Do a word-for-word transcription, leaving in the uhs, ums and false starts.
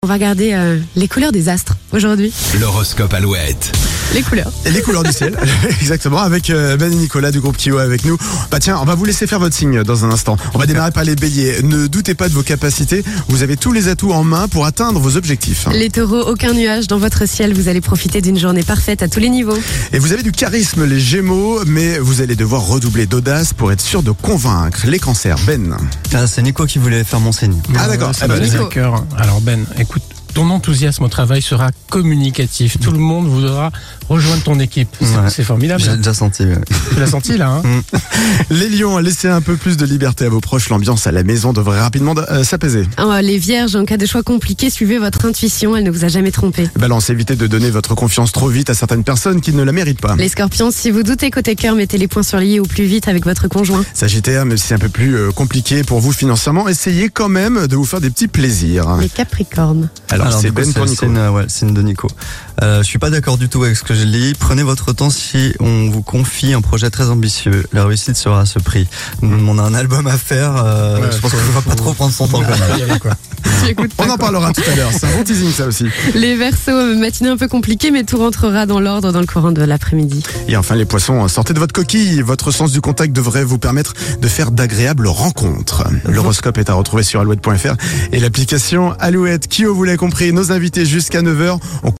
On va regarder euh, les couleurs des astres aujourd'hui. L'horoscope Alouette. Les couleurs. Et les couleurs du ciel, exactement, avec euh, Ben et Nicolas du groupe Kio avec nous. Bah tiens, on va vous laisser faire votre signe dans un instant. On va démarrer par les béliers. Ne doutez pas de vos capacités, vous avez tous les atouts en main pour atteindre vos objectifs. Les taureaux, aucun nuage dans votre ciel, vous allez profiter d'une journée parfaite à tous les niveaux. Et vous avez du charisme, les gémeaux, mais vous allez devoir redoubler d'audace pour être sûr de convaincre. Les cancers, Ben. Ah, c'est Nico qui voulait faire mon signe. Ah d'accord, Ouais, ça ah, bah, me vas-y. tient à cœur. Alors Ben, écoute, ton enthousiasme au travail sera communicatif. Tout le monde voudra rejoindre ton équipe. C'est, Ouais. c'est formidable. J'ai déjà senti. ouais. Tu l'as senti là, hein? Les lions, laissez un peu plus de liberté à vos proches. L'ambiance à la maison devrait rapidement euh, s'apaiser. Oh, les vierges, en cas de choix compliqué, suivez votre intuition, elle ne vous a jamais trompé. Balance, évitez de donner votre confiance trop vite à certaines personnes qui ne la méritent pas. Les scorpions, si vous doutez côté cœur, mettez les points sur les i au plus vite avec votre conjoint. Sagittaire, même si c'est un peu plus euh, compliqué pour vous financièrement, essayez quand même de vous faire des petits plaisirs. Les capricornes. Alors, Alors, c'est du coup, Ben pour le Nico. signe, euh, ouais, le signe de Nico. Euh, je suis pas d'accord du tout avec ce que je lis. Prenez votre temps si on vous confie un projet très ambitieux. La réussite sera à ce prix. On a un album à faire. euh, Ouais, je pense faut- qu'on va faut- pas trop prendre son temps quand même. Y aller, quoi. Tu écoutes pas, On en quoi. parlera tout à l'heure. C'est un bon teasing, ça aussi. Les verseaux, matinée un peu compliquée, mais tout rentrera dans l'ordre dans le courant de l'après-midi. Et enfin, les poissons, sortez de votre coquille. Votre sens du contact devrait vous permettre de faire d'agréables rencontres. L'horoscope est à retrouver sur alouette point f r et l'application Alouette. Kio, vous l'avez compris, nos invités jusqu'à neuf heures. On